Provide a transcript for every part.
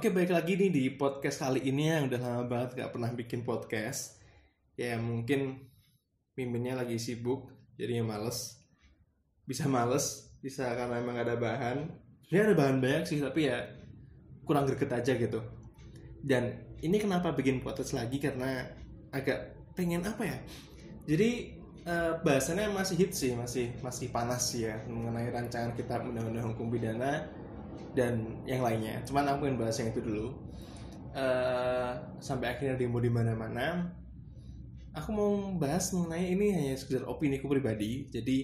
Oke, baik lagi nih di podcast kali ini yang udah lama banget gak pernah bikin podcast. Ya mungkin miminnya lagi sibuk, jadinya males. Bisa karena emang gak ada bahan. Sebenarnya ada bahan banyak sih, tapi ya kurang greget aja gitu. Dan ini kenapa bikin podcast lagi, karena agak pengen apa ya. Jadi bahasannya masih hit sih, masih panas sih ya, mengenai rancangan kitab undang-undang hukum pidana dan yang lainnya. Cuman aku pengen bahas yang itu dulu. Sampai akhirnya demo di mana-mana. Aku mau bahas mengenai ini hanya sekedar opini ku pribadi. Jadi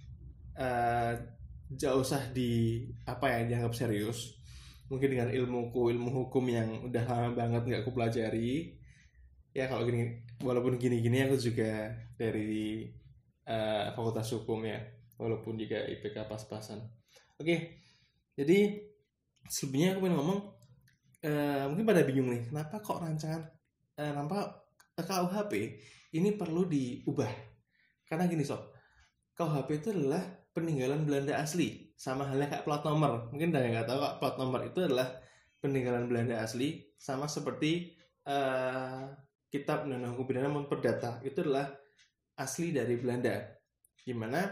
jauh usah dianggap serius. Mungkin dengan ilmu hukum yang udah lama banget nggak aku pelajari. Ya kalau gini, walaupun gini-gini aku juga dari fakultas hukum ya, walaupun juga IPK pas-pasan. Oke, jadi sebelumnya aku pengen ngomong, mungkin pada bingung nih, kenapa kok rancangan KUHP ini perlu diubah? Karena gini sob, KUHP itu adalah peninggalan Belanda asli, sama halnya kayak plat nomor. Mungkin udah nggak tahu kok, plat nomor itu adalah peninggalan Belanda asli, sama seperti kitab undang-undang hukum pidana maupun perdata itu adalah asli dari Belanda. Gimana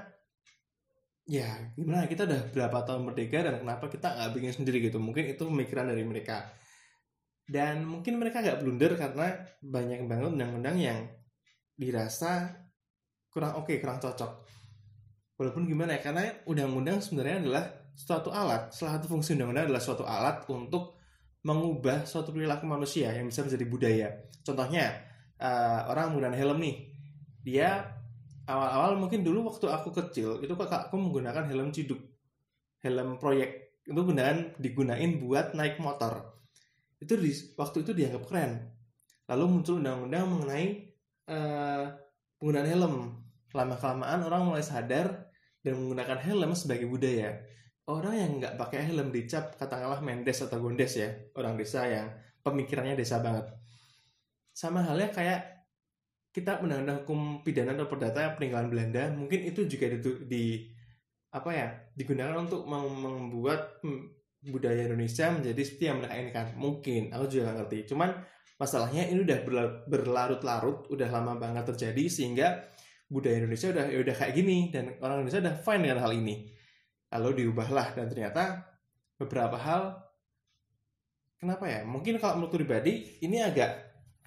kita udah berapa tahun merdeka dan kenapa kita nggak bikin sendiri gitu? Mungkin itu pemikiran dari mereka. Dan mungkin mereka nggak blunder karena banyak banget undang-undang yang dirasa kurang oke, kurang cocok. Walaupun gimana ya, karena undang-undang sebenarnya adalah suatu alat. Salah satu fungsi undang-undang adalah suatu alat untuk mengubah suatu perilaku manusia yang bisa menjadi budaya. Contohnya, orang menggunakan helm nih. Dia awal-awal mungkin dulu waktu aku kecil, itu kakakku menggunakan helm ciduk. Helm proyek. Itu digunain buat naik motor. Itu waktu itu dianggap keren. Lalu muncul undang-undang mengenai penggunaan helm. Lama-kelamaan orang mulai sadar dan menggunakan helm sebagai budaya. Orang yang nggak pakai helm dicap katakanlah mendes atau gondes ya, orang desa yang pemikirannya desa banget. Sama halnya kayak kitab undang-undang hukum pidana atau perdata peninggalan Belanda, mungkin itu juga digunakan untuk membuat budaya Indonesia menjadi seperti yang mereka inginkan. Mungkin, aku juga nggak ngerti. Cuman masalahnya ini udah berlarut-larut, udah lama banget terjadi sehingga budaya Indonesia udah kayak gini dan orang Indonesia udah fine dengan hal ini. Lalu diubahlah dan ternyata beberapa hal, kenapa ya? Mungkin kalau menurut pribadi ini agak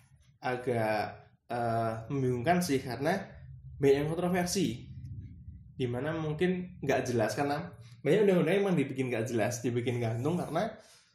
membingungkan sih, karena banyak yang kontroversi, dimana mungkin nggak jelas, karena banyak undang-undang emang dibikin nggak jelas, dibikin gantung karena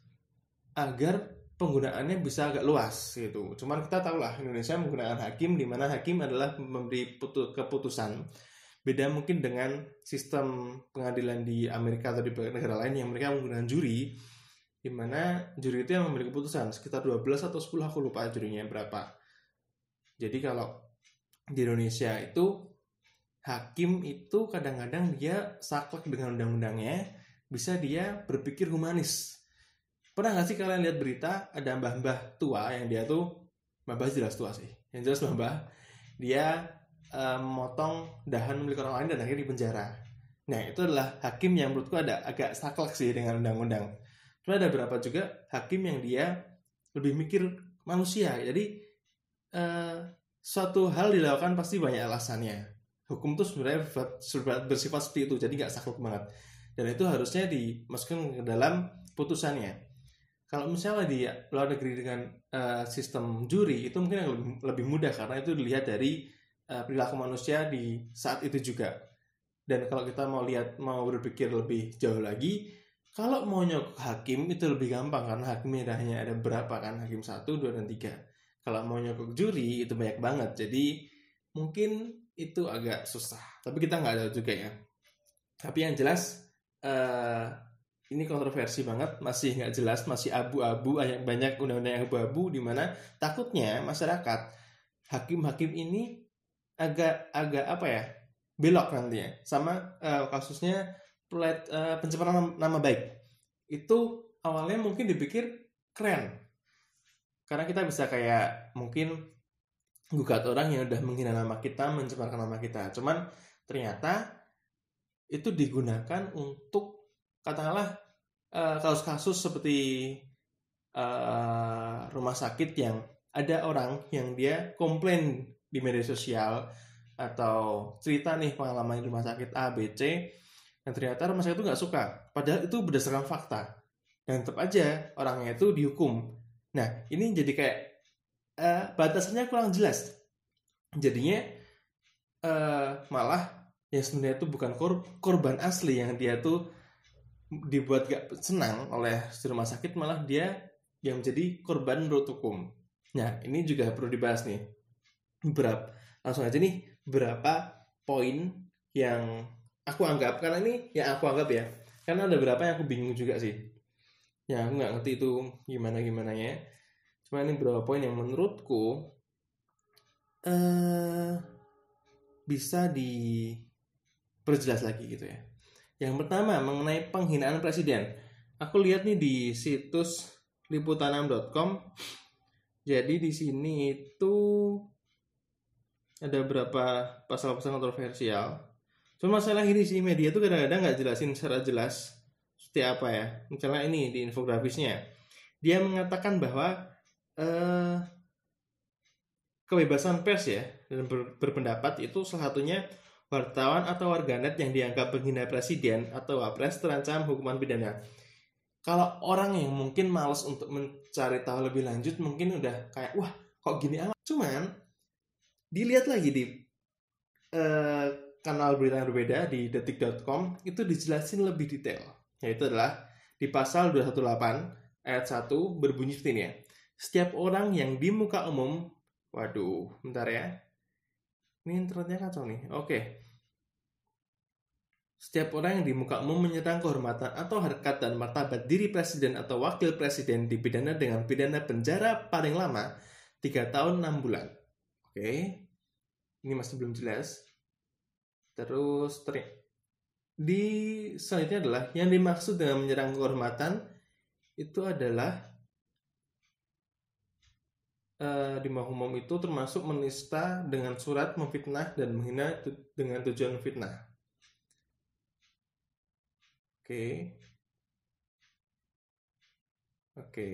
agar penggunaannya bisa agak luas gitu. Cuman kita tahu lah Indonesia menggunakan hakim, dimana hakim adalah memberi keputusan. Beda mungkin dengan sistem pengadilan di Amerika atau di negara lain yang mereka menggunakan juri, dimana juri itu yang memberi keputusan, sekitar 12 atau 10, aku lupa jurinya berapa. Jadi kalau di Indonesia itu hakim itu kadang-kadang dia saklek dengan undang-undangnya, bisa dia berpikir humanis. Pernah gak sih kalian lihat berita ada mbah-mbah tua yang dia tuh, mbah jelas tua sih, yang jelas mbah dia memotong dahan milik orang lain dan akhirnya dipenjara. Nah itu adalah hakim yang menurutku ada agak saklek sih dengan undang-undang. Cuma ada beberapa juga hakim yang dia lebih mikir manusia. Jadi suatu hal dilakukan pasti banyak alasannya. Hukum itu sebenarnya bersifat seperti itu, jadi nggak saklek banget. Dan itu harusnya dimasukkan ke dalam putusannya. Kalau misalnya di luar negeri dengan sistem juri, itu mungkin lebih mudah karena itu dilihat dari perilaku manusia di saat itu juga. Dan kalau kita mau berpikir lebih jauh lagi, kalau mau nyokok hakim itu lebih gampang karena hakimnya hanya ada berapa kan, hakim 1, 2, dan 3. Kalau mau nyokok juri itu banyak banget, jadi mungkin itu agak susah. Tapi kita nggak tahu juga ya. Tapi yang jelas ini kontroversi banget, masih nggak jelas, masih abu-abu, banyak undang-undang yang abu-abu, di mana takutnya masyarakat hakim-hakim ini agak belok nantinya sama kasusnya pencemaran nama baik. Itu awalnya mungkin dipikir keren karena kita bisa kayak mungkin gugat orang yang udah menghina nama kita, mencemarkan nama kita. Cuman ternyata itu digunakan untuk katakanlah kasus-kasus seperti rumah sakit yang ada orang yang dia komplain di media sosial atau cerita nih pengalaman di rumah sakit A, B, C, dan ternyata rumah sakit itu nggak suka, padahal itu berdasarkan fakta, dan tetap aja orangnya itu dihukum. Nah, ini jadi kayak batasannya kurang jelas. Jadinya malah yang sebenarnya itu bukan korban asli yang dia tuh dibuat gak senang oleh si rumah sakit, malah dia yang menjadi korban menurut hukum. Nah, ini juga perlu dibahas nih. Langsung aja nih, berapa poin yang aku anggap, karena ini yang aku anggap ya, karena ada beberapa yang aku bingung juga sih, yang aku nggak ngerti itu gimana ya. Cuma ini beberapa poin yang menurutku bisa diperjelas lagi gitu ya. Yang pertama mengenai penghinaan presiden. Aku lihat nih di situs liputan6.com. Jadi di sini itu ada beberapa pasal-pasal kontroversial. Cuma masalah ini sih, media tuh kadang-kadang nggak jelasin secara jelas seperti apa ya. Misalnya ini di infografisnya, dia mengatakan bahwa kebebasan pers ya dan berpendapat itu salah satunya wartawan atau warganet yang dianggap menghina presiden atau wapres terancam hukuman pidana. Kalau orang yang mungkin malas untuk mencari tahu lebih lanjut mungkin udah kayak wah kok gini amat. Cuman dilihat lagi di kanal berita yang berbeda di detik.com itu dijelasin lebih detail. Yaitu adalah di pasal 218 ayat 1 berbunyi seperti ini ya. Setiap orang yang di muka umum, waduh, bentar ya. Ini internetnya kacau nih. Oke. Setiap orang yang di muka umum menyerang kehormatan atau harkat dan martabat diri presiden atau wakil presiden dipidana dengan pidana penjara paling lama 3 tahun 6 bulan. Oke. Ini masih belum jelas. Terus di selanjutnya adalah yang dimaksud dengan menyerang kehormatan itu adalah di muka umum itu termasuk menista dengan surat, memfitnah dan menghina dengan tujuan fitnah. Oke.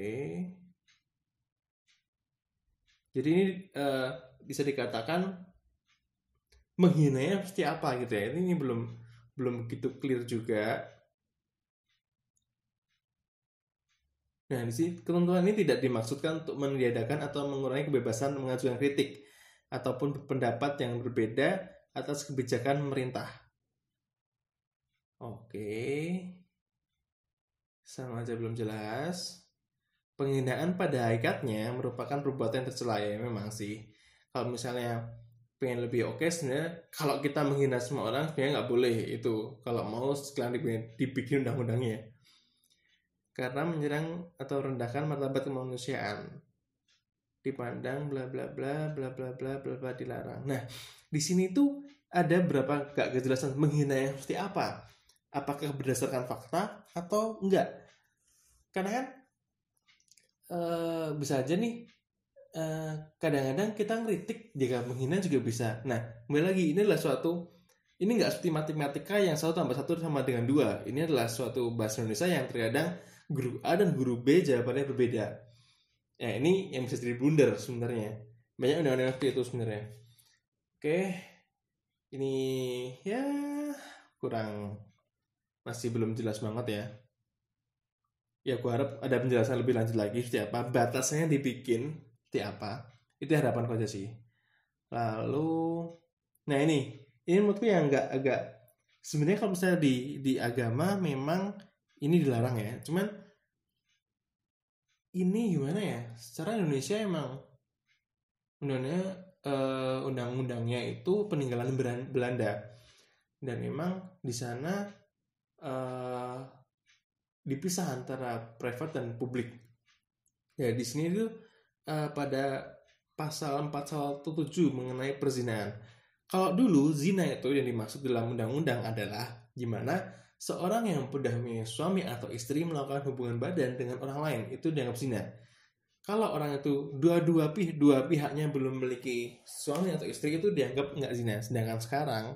Jadi ini bisa dikatakan menghinanya pasti apa gitu ya. Ini belum begitu clear juga. Nah, di sini ketentuan ini tidak dimaksudkan untuk meniadakan atau mengurangi kebebasan mengajukan kritik ataupun pendapat yang berbeda atas kebijakan pemerintah. Oke. Sama aja belum jelas. Penghinaan pada hakikatnya merupakan perbuatan yang tercela ya, memang sih. Kalau misalnya pengen lebih oke, sebenarnya kalau kita menghina semua orang sebenarnya nggak boleh itu. Kalau mau sekalian dibikin undang-undangnya. Karena menyerang atau rendahkan martabat kemanusiaan, dipandang bla bla bla bla bla bla bla bla dilarang. Nah, di sini tuh ada berapa gak kejelasan menghina yang seperti apa? Apakah berdasarkan fakta atau enggak? Karena kan bisa aja nih kadang-kadang kita ngeritik jika menghina juga bisa. Nah, kembali lagi ini adalah suatu, ini nggak seperti matematika yang 1 tambah 1 sama dengan 2. Ini adalah suatu bahasa Indonesia yang terkadang guru A dan guru B jawabannya berbeda. Ya, ini yang bisa jadi blunder sebenarnya. Banyak undang-undang seperti itu sebenarnya. Oke. Ini ya kurang, masih belum jelas banget ya. Ya, aku harap ada penjelasan lebih lanjut lagi seperti apa, batasnya dibikin seperti apa. Itu harapanku aja sih. Lalu, nah ini menurutku yang agak sebenarnya kalau misalnya di agama memang ini dilarang ya. Cuman ini gimana ya? Secara Indonesia emang undang-undangnya itu peninggalan Belanda. Dan memang di sana dipisah antara private dan publik. Ya, di sini itu pada pasal 417 mengenai perzinahan. Kalau dulu zina itu yang dimaksud dalam undang-undang adalah gimana seorang yang sudah punya suami atau istri melakukan hubungan badan dengan orang lain, itu dianggap zina. Kalau orang itu dua pihaknya belum memiliki suami atau istri, itu dianggap nggak zina. Sedangkan sekarang,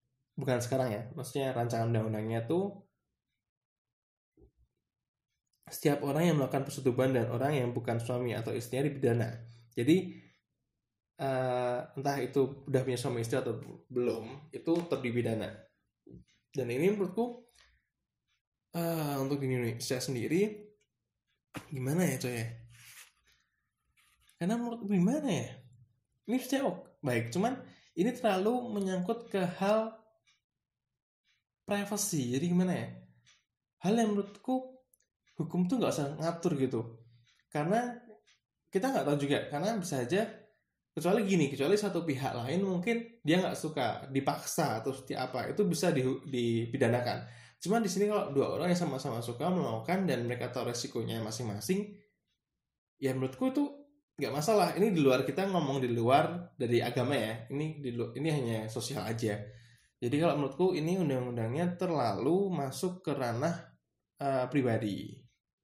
bukan sekarang ya, maksudnya rancangan undang-undangnya tuh setiap orang yang melakukan persetubuhan dan orang yang bukan suami atau istrinya dipidana. Jadi entah itu udah punya suami istri atau belum, itu tetap dipidana. Dan ini menurutku untuk di Indonesia sendiri gimana ya coy ya? Karena menurutku gimana ya? Ini sudah baik, cuman ini terlalu menyangkut ke hal privasi. Jadi gimana ya? Hal yang menurutku hukum tuh nggak usah ngatur gitu. Karena kita nggak tahu juga. Karena bisa aja kecuali satu pihak lain mungkin dia nggak suka, dipaksa atau seperti apa, itu bisa dipidanakan. Cuman di sini kalau dua orang yang sama-sama suka melakukan dan mereka tahu resikonya masing-masing, ya menurutku itu nggak masalah. Ini di luar, kita ngomong di luar dari agama ya. Ini hanya sosial aja. Jadi kalau menurutku ini undang-undangnya terlalu masuk ke ranah pribadi.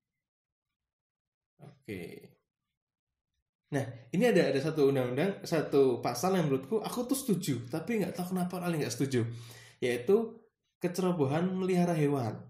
Oke. Nah, ini ada satu undang-undang, satu pasal yang menurutku aku tuh setuju, tapi nggak tahu kenapa orang nggak setuju, yaitu kecerobohan melihara hewan.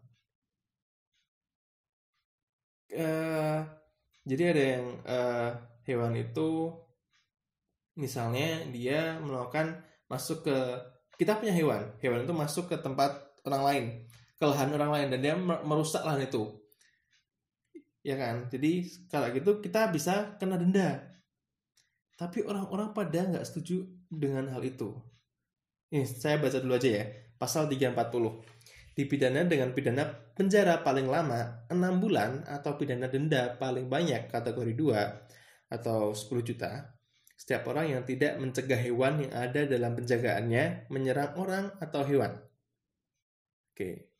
Jadi ada yang hewan itu misalnya dia melakukan masuk ke, kita punya hewan itu masuk ke tempat orang lain, ke lahan orang lain, dan dia merusak lahan itu, ya kan? Jadi kalau gitu kita bisa kena denda. Tapi orang-orang pada nggak setuju dengan hal itu. Nih, saya baca dulu aja ya. Pasal 340. Dipidana dengan pidana penjara paling lama 6 bulan atau pidana denda paling banyak kategori 2 atau 10 juta. Setiap orang yang tidak mencegah hewan yang ada dalam penjagaannya menyerang orang atau hewan. Oke.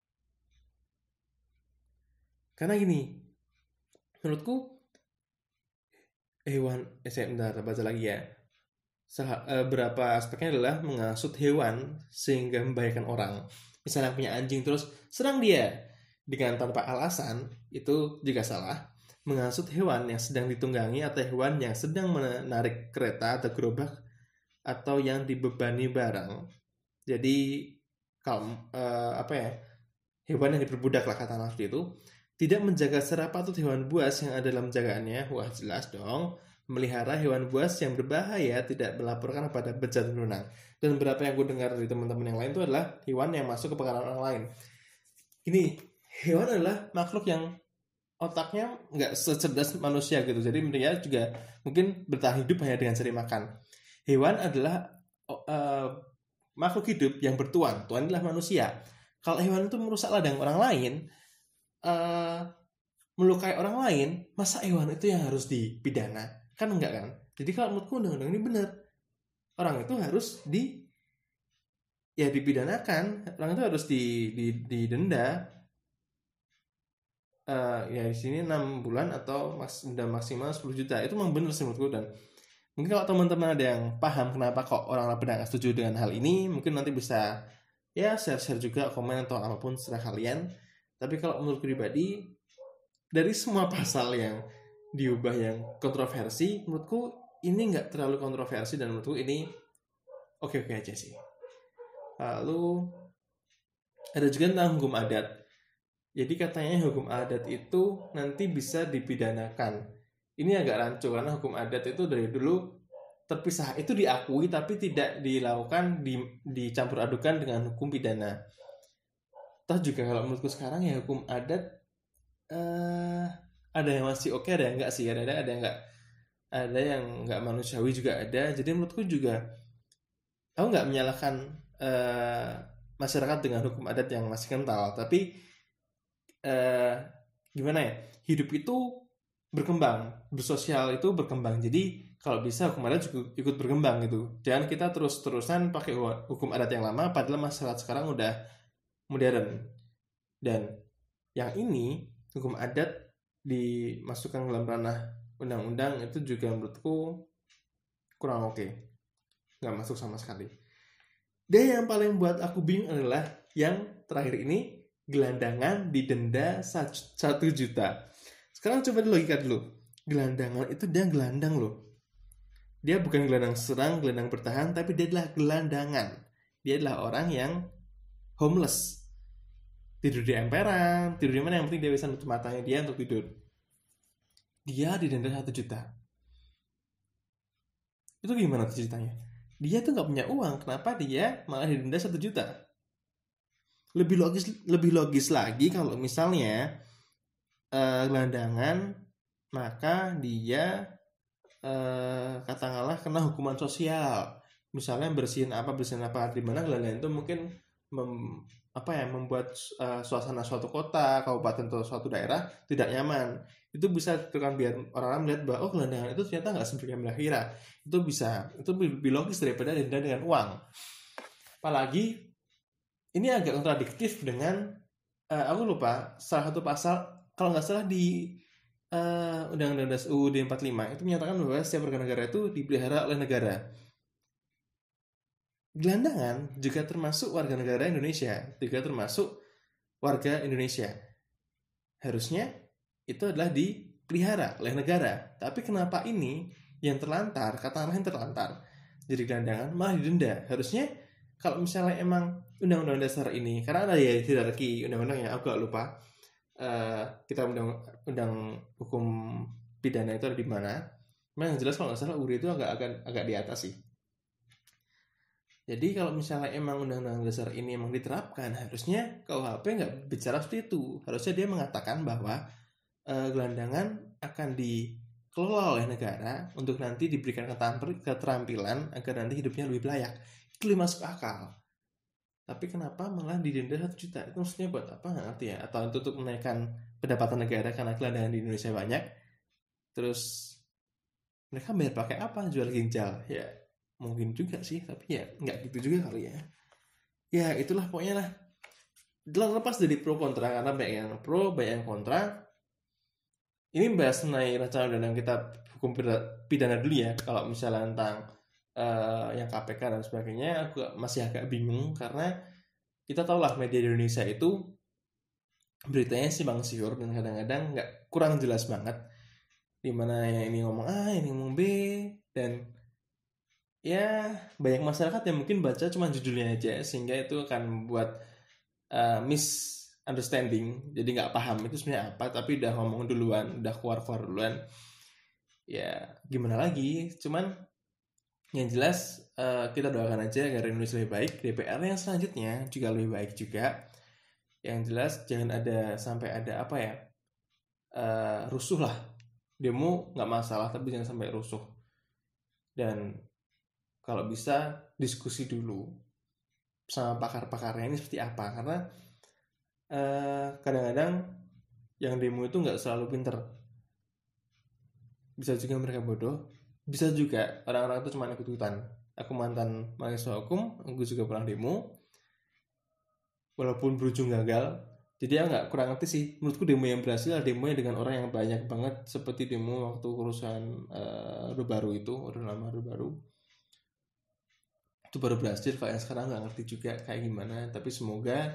Karena gini, menurutku hewan, saya bentar baca lagi ya. Berapa aspeknya adalah mengasut hewan sehingga membahayakan orang. Misalnya punya anjing terus serang dia dengan tanpa alasan, itu juga salah. Mengasut hewan yang sedang ditunggangi atau hewan yang sedang menarik kereta atau gerobak atau yang dibebani barang. Jadi kalau hewan yang diperbudak lah katakanlah seperti itu, tidak menjaga secara patut hewan buas yang ada dalam jagaannya. Wah, jelas dong. Melihara hewan buas yang berbahaya, tidak melaporkan kepada pejabat berwenang. Dan beberapa yang gue dengar dari teman-teman yang lain itu adalah hewan yang masuk ke pekarangan orang lain. Ini hewan adalah makhluk yang otaknya nggak secerdas manusia gitu. Jadi dia juga mungkin bertahan hidup hanya dengan cari makan. Hewan adalah makhluk hidup yang bertuan. Tuan adalah manusia. Kalau hewan itu merusak ladang orang lain, melukai orang lain, masa hewan itu yang harus dipidana? Kan enggak kan? Jadi kalau menurutku undang-undang ini benar. Orang itu harus dipidanakan. Orang itu harus didenda. Ya di sini 6 bulan atau denda maksimal 10 juta. Itu memang benar sih menurutku. Dan mungkin kalau teman-teman ada yang paham kenapa kok orang-orang pada nggak setuju dengan hal ini, mungkin nanti bisa ya share-share juga, komen atau apapun serah kalian. Tapi kalau menurut pribadi, dari semua pasal yang diubah yang kontroversi, menurutku ini nggak terlalu kontroversi dan menurutku ini oke-oke aja sih. Lalu ada juga tentang hukum adat. Jadi katanya hukum adat itu nanti bisa dipidanakan. Ini agak rancu karena hukum adat itu dari dulu terpisah. Itu diakui tapi tidak dilakukan, dicampur adukan dengan hukum pidana. Toh juga kalau menurutku sekarang ya hukum adat ada yang masih oke, ada yang enggak sih, ada yang enggak, ada yang enggak manusiawi juga ada. Jadi menurutku juga aku enggak menyalahkan masyarakat dengan hukum adat yang masih kental, tapi gimana ya, hidup itu berkembang, bersosial itu berkembang. Jadi kalau bisa hukum adat juga ikut berkembang gitu. Jangan kita terus-terusan pakai hukum adat yang lama padahal masyarakat sekarang udah modern. Dan yang ini hukum adat dimasukkan dalam ranah undang-undang itu juga menurutku kurang oke. Nggak masuk sama sekali. Dan yang paling buat aku bingung adalah yang terakhir ini, gelandangan didenda 1 juta. Sekarang coba logika dulu. Gelandangan itu dia gelandang loh. Dia bukan gelandang serang, gelandang bertahan, tapi dia adalah gelandangan. Dia adalah orang yang homeless. tidur di emperan, tidur di mana, yang penting dia bisa nutup matanya dia untuk tidur. Dia didenda 1 juta. Itu gimana tuh ceritanya? Dia tuh nggak punya uang, kenapa dia malah didenda 1 juta? Lebih logis lagi kalau misalnya gelandangan, maka dia katakanlah kena hukuman sosial, misalnya bersihin apa, di mana gelandangan itu mungkin membuat suasana suatu kota, kabupaten atau suatu daerah tidak nyaman. Itu bisa kan biar orang-orang melihat bahwa oh, gelandangan itu ternyata nggak seperti yang mereka kira. Itu lebih logis daripada denda dengan uang. Apalagi ini agak kontradiktif dengan aku lupa salah satu pasal, kalau nggak salah di Undang-Undang Dasar UUD 45 itu menyatakan bahwa setiap warga negara itu dipelihara oleh negara. Gelandangan juga termasuk warga negara Indonesia, juga termasuk warga Indonesia. Harusnya itu adalah dipelihara oleh negara. Tapi kenapa ini yang terlantar, katakanlah yang terlantar, jadi gelandangan malah didenda? Harusnya kalau misalnya emang Undang-Undang Dasar ini, karena ada ya hierarki undang-undang yang aku gak lupa, kita undang hukum pidana itu ada di mana. Memang jelas kalau nggak salah UUD itu agak di atas sih. Jadi kalau misalnya emang Undang-Undang Dasar ini emang diterapkan, harusnya KUHP nggak bicara seperti itu. Harusnya dia mengatakan bahwa gelandangan akan dikelola oleh negara untuk nanti diberikan keterampilan agar nanti hidupnya lebih layak. Itu lebih masuk akal. Tapi kenapa malah didenda 1 juta? Itu maksudnya buat apa? Nggak ngerti ya. Atau untuk menaikkan pendapatan negara karena gelandangan di Indonesia banyak. Terus mereka bayar pakai apa? Jual ginjal. Ya mungkin juga sih, tapi ya nggak gitu juga kali ya. Ya itulah pokoknya lah. Lepas dari pro kontra, karena banyak yang pro, banyak yang kontra. Ini bahas mengenai rancangan undang-undang kita hukum pidana dulu ya. Kalau misalnya tentang yang KPK dan sebagainya, aku masih agak bingung karena kita tahu lah media di Indonesia itu beritanya simpang siur dan kadang-kadang kurang jelas banget, dimana yang ini ngomong A, ini ngomong B, dan ya banyak masyarakat yang mungkin baca cuma judulnya aja sehingga itu akan membuat misunderstanding, jadi nggak paham itu sebenarnya apa, tapi udah ngomong duluan, udah keluar duluan. Ya gimana lagi, cuman yang jelas kita doakan aja agar Indonesia lebih baik, DPR yang selanjutnya juga lebih baik juga. Yang jelas jangan sampai ada apa ya, rusuh lah. Demo nggak masalah, tapi jangan sampai rusuh. Dan kalau bisa diskusi dulu sama pakar-pakarnya ini seperti apa, karena kadang-kadang yang demo itu nggak selalu pinter, bisa juga mereka bodoh, bisa juga orang-orang itu cuma ikut-ikutan. Aku mantan mahasiswa hukum, aku juga pernah demo walaupun berujung gagal. Jadi ya nggak kurang ngerti sih. Menurutku demo yang berhasil adalah demo yang dengan orang yang banyak banget, seperti demo waktu kerusuhan Orde Baru itu, Orde Lama Orde Baru. Itu baru berhasil. Kalau yang sekarang nggak ngerti juga kayak gimana. Tapi semoga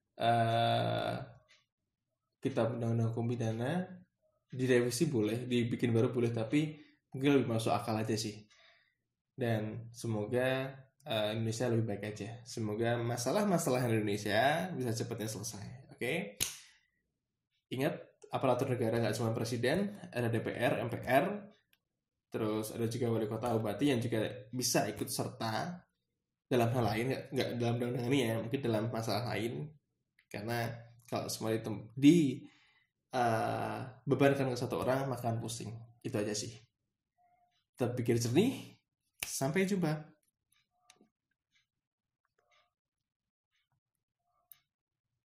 kita undang-undang hukum pidana direvisi boleh, dibikin baru boleh, tapi mungkin lebih masuk akal aja sih. Dan semoga Indonesia lebih baik aja. Semoga masalah-masalah Indonesia bisa cepatnya selesai. Oke? Ingat, aparatur negara nggak cuma presiden, ada DPR, MPR, terus ada juga wali kota, bupati yang juga bisa ikut serta dalam hal lain, nggak dalam undang-undang ini ya, mungkin dalam masalah lain. Karena kalau semua bebankan ke satu orang, makan pusing. Itu aja sih. Tetap pikir jernih. Sampai jumpa.